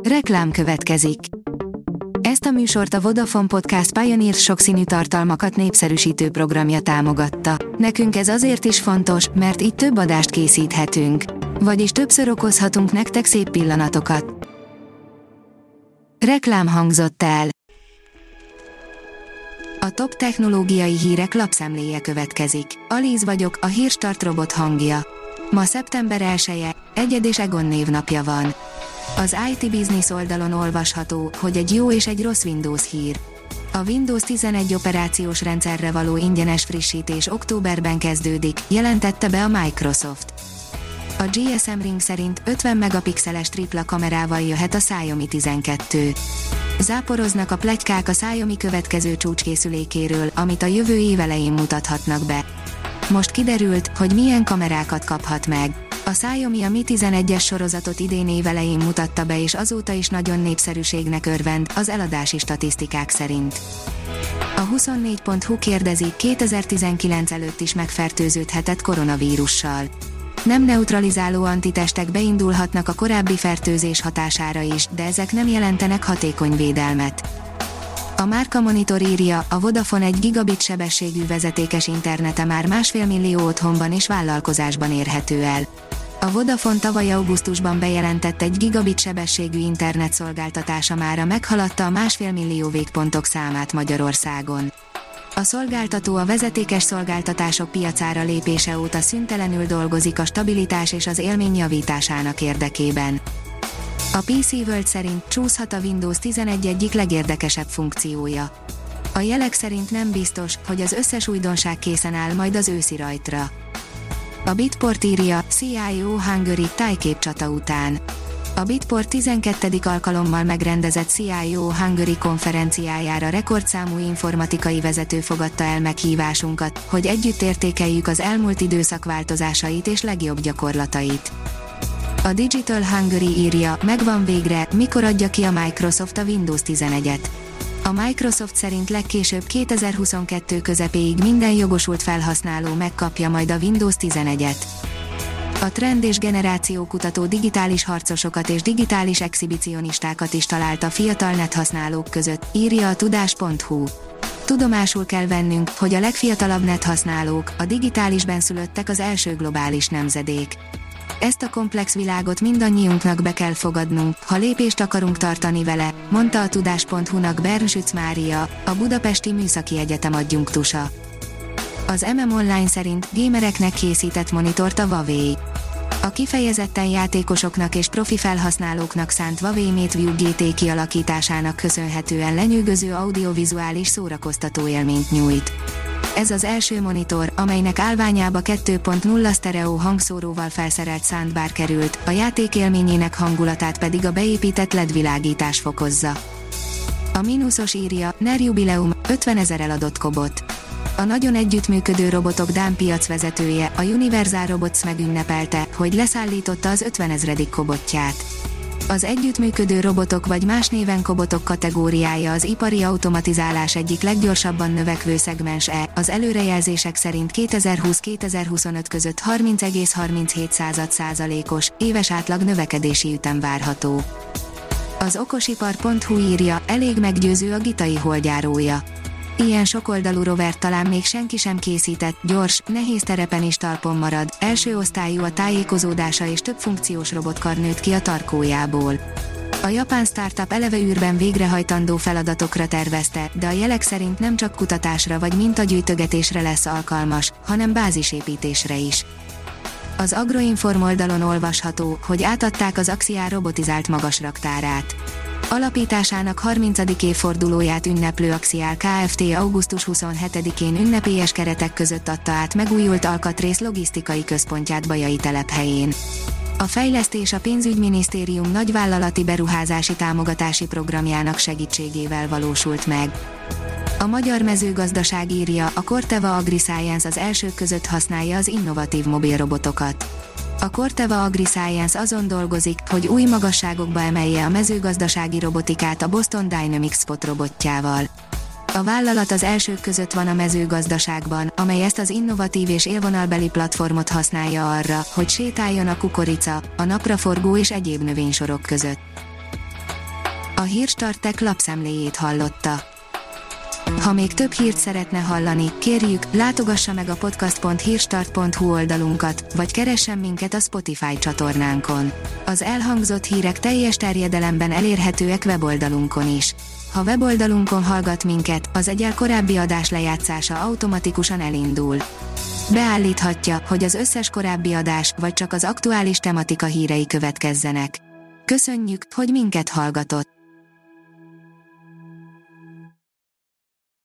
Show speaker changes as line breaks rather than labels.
Reklám következik. Ezt a műsort a Vodafone Podcast Pioneer sokszínű tartalmakat népszerűsítő programja támogatta. Nekünk ez azért is fontos, mert így több adást készíthetünk. Vagyis többször okozhatunk nektek szép pillanatokat. Reklám hangzott el. A top technológiai hírek lapszemléje következik. Alíz vagyok, a Hírstart robot hangja. Ma szeptember 1-e, Egyed és Egon névnapja van. Az IT Business oldalon olvasható, hogy egy jó és egy rossz Windows hír. A Windows 11 operációs rendszerre való ingyenes frissítés októberben kezdődik, jelentette be a Microsoft. A GSM Ring szerint 50 megapixeles tripla kamerával jöhet a Xiaomi 12. Záporoznak a pletykák a Xiaomi következő csúcskészülékéről, amit a jövő év elején mutathatnak be. Most kiderült, hogy milyen kamerákat kaphat meg. A Xiaomi a Mi 11-es sorozatot idén év elején mutatta be, és azóta is nagyon népszerűségnek örvend, az eladási statisztikák szerint. A 24.hu kérdezi, 2019 előtt is megfertőződhetett koronavírussal. Nem neutralizáló antitestek beindulhatnak a korábbi fertőzés hatására is, de ezek nem jelentenek hatékony védelmet. A Márka Monitor írja, a Vodafone 1 gigabit sebességű vezetékes internete már 1,5 millió otthonban és vállalkozásban érhető el. A Vodafone tavaly augusztusban bejelentett 1 gigabit sebességű internet szolgáltatása mára meghaladta a 1,5 millió végpontok számát Magyarországon. A szolgáltató a vezetékes szolgáltatások piacára lépése óta szüntelenül dolgozik a stabilitás és az élmény javításának érdekében. A PC World szerint csúszhat a Windows 11 egyik legérdekesebb funkciója. A jelek szerint nem biztos, hogy az összes újdonság készen áll majd az őszi rajtra. A Bitport írja, CIO Hungary tájképcsata után. A Bitport 12. alkalommal megrendezett CIO Hungary konferenciájára rekordszámú informatikai vezető fogadta el meghívásunkat, hogy együtt értékeljük az elmúlt időszak változásait és legjobb gyakorlatait. A Digital Hungary írja, megvan végre, mikor adja ki a Microsoft a Windows 11-et. A Microsoft szerint legkésőbb 2022 közepéig minden jogosult felhasználó megkapja majd a Windows 11-et. A Trend és generációkutató digitális harcosokat és digitális exhibicionistákat is talált a fiatal nethasználók között, írja a tudás.hu. Tudomásul kell vennünk, hogy a legfiatalabb nethasználók, a digitális benszülöttek az első globális nemzedék. Ezt a komplex világot mindannyiunknak be kell fogadnunk, ha lépést akarunk tartani vele, mondta a tudás.hu-nak Bernsütz Mária, a Budapesti Műszaki Egyetem adjunktusa. Az Online szerint gamereknek készített monitort a Huawei. A kifejezetten játékosoknak és profi felhasználóknak szánt Huawei MateView GT kialakításának köszönhetően lenyűgöző audiovizuális szórakoztató élményt nyújt. Ez az első monitor, amelynek állványába 2.0 sztereó hangszóróval felszerelt soundbar került, a játék élményének hangulatát pedig a beépített LED világítás fokozza. A Minusos írja, NER jubileum, 50 000 eladott kobot. A nagyon együttműködő robotok dán piacvezetője, a Universal Robots megünnepelte, hogy leszállította az 50 000. kobotját. Az együttműködő robotok vagy más néven kobotok kategóriája az ipari automatizálás egyik leggyorsabban növekvő szegmense, az előrejelzések szerint 2020-2025 között 30,37%-os éves átlag növekedési ütem várható. Az okosipar.hu írja, elég meggyőző a Gitai holdjárója. Ilyen sokoldalú rovert talán még senki sem készített, gyors, nehéz terepen is talpon marad, első osztályú a tájékozódása és több funkciós robotkar nőtt ki a tarkójából. A japán startup eleve űrben végrehajtandó feladatokra tervezte, de a jelek szerint nem csak kutatásra vagy mintagyűjtögetésre lesz alkalmas, hanem bázisépítésre is. Az Agroinform oldalon olvasható, hogy átadták az Axia robotizált magasraktárát. Alapításának 30. évfordulóját ünneplő Axial Kft. Augusztus 27-én ünnepélyes keretek között adta át megújult alkatrész logisztikai központját Bajai telephelyén. A fejlesztés a pénzügyminisztérium nagyvállalati beruházási támogatási programjának segítségével valósult meg. A Magyar Mezőgazdaság írja, a Corteva AgriScience az elsők között használja az innovatív mobilrobotokat. A Corteva AgriScience azon dolgozik, hogy új magasságokba emelje a mezőgazdasági robotikát a Boston Dynamics Spot robotjával. A vállalat az elsők között van a mezőgazdaságban, amely ezt az innovatív és élvonalbeli platformot használja arra, hogy sétáljon a kukorica, a napraforgó és egyéb növénysorok között. A Hírstart lapszemléjét hallotta. Ha még több hírt szeretne hallani, kérjük, látogassa meg a podcast.hírstart.hu oldalunkat, vagy keressen minket a Spotify csatornánkon. Az elhangzott hírek teljes terjedelemben elérhetőek weboldalunkon is. Ha weboldalunkon hallgat minket, az egyel korábbi adás lejátszása automatikusan elindul. Beállíthatja, hogy az összes korábbi adás, vagy csak az aktuális tematika hírei következzenek. Köszönjük, hogy minket hallgatott!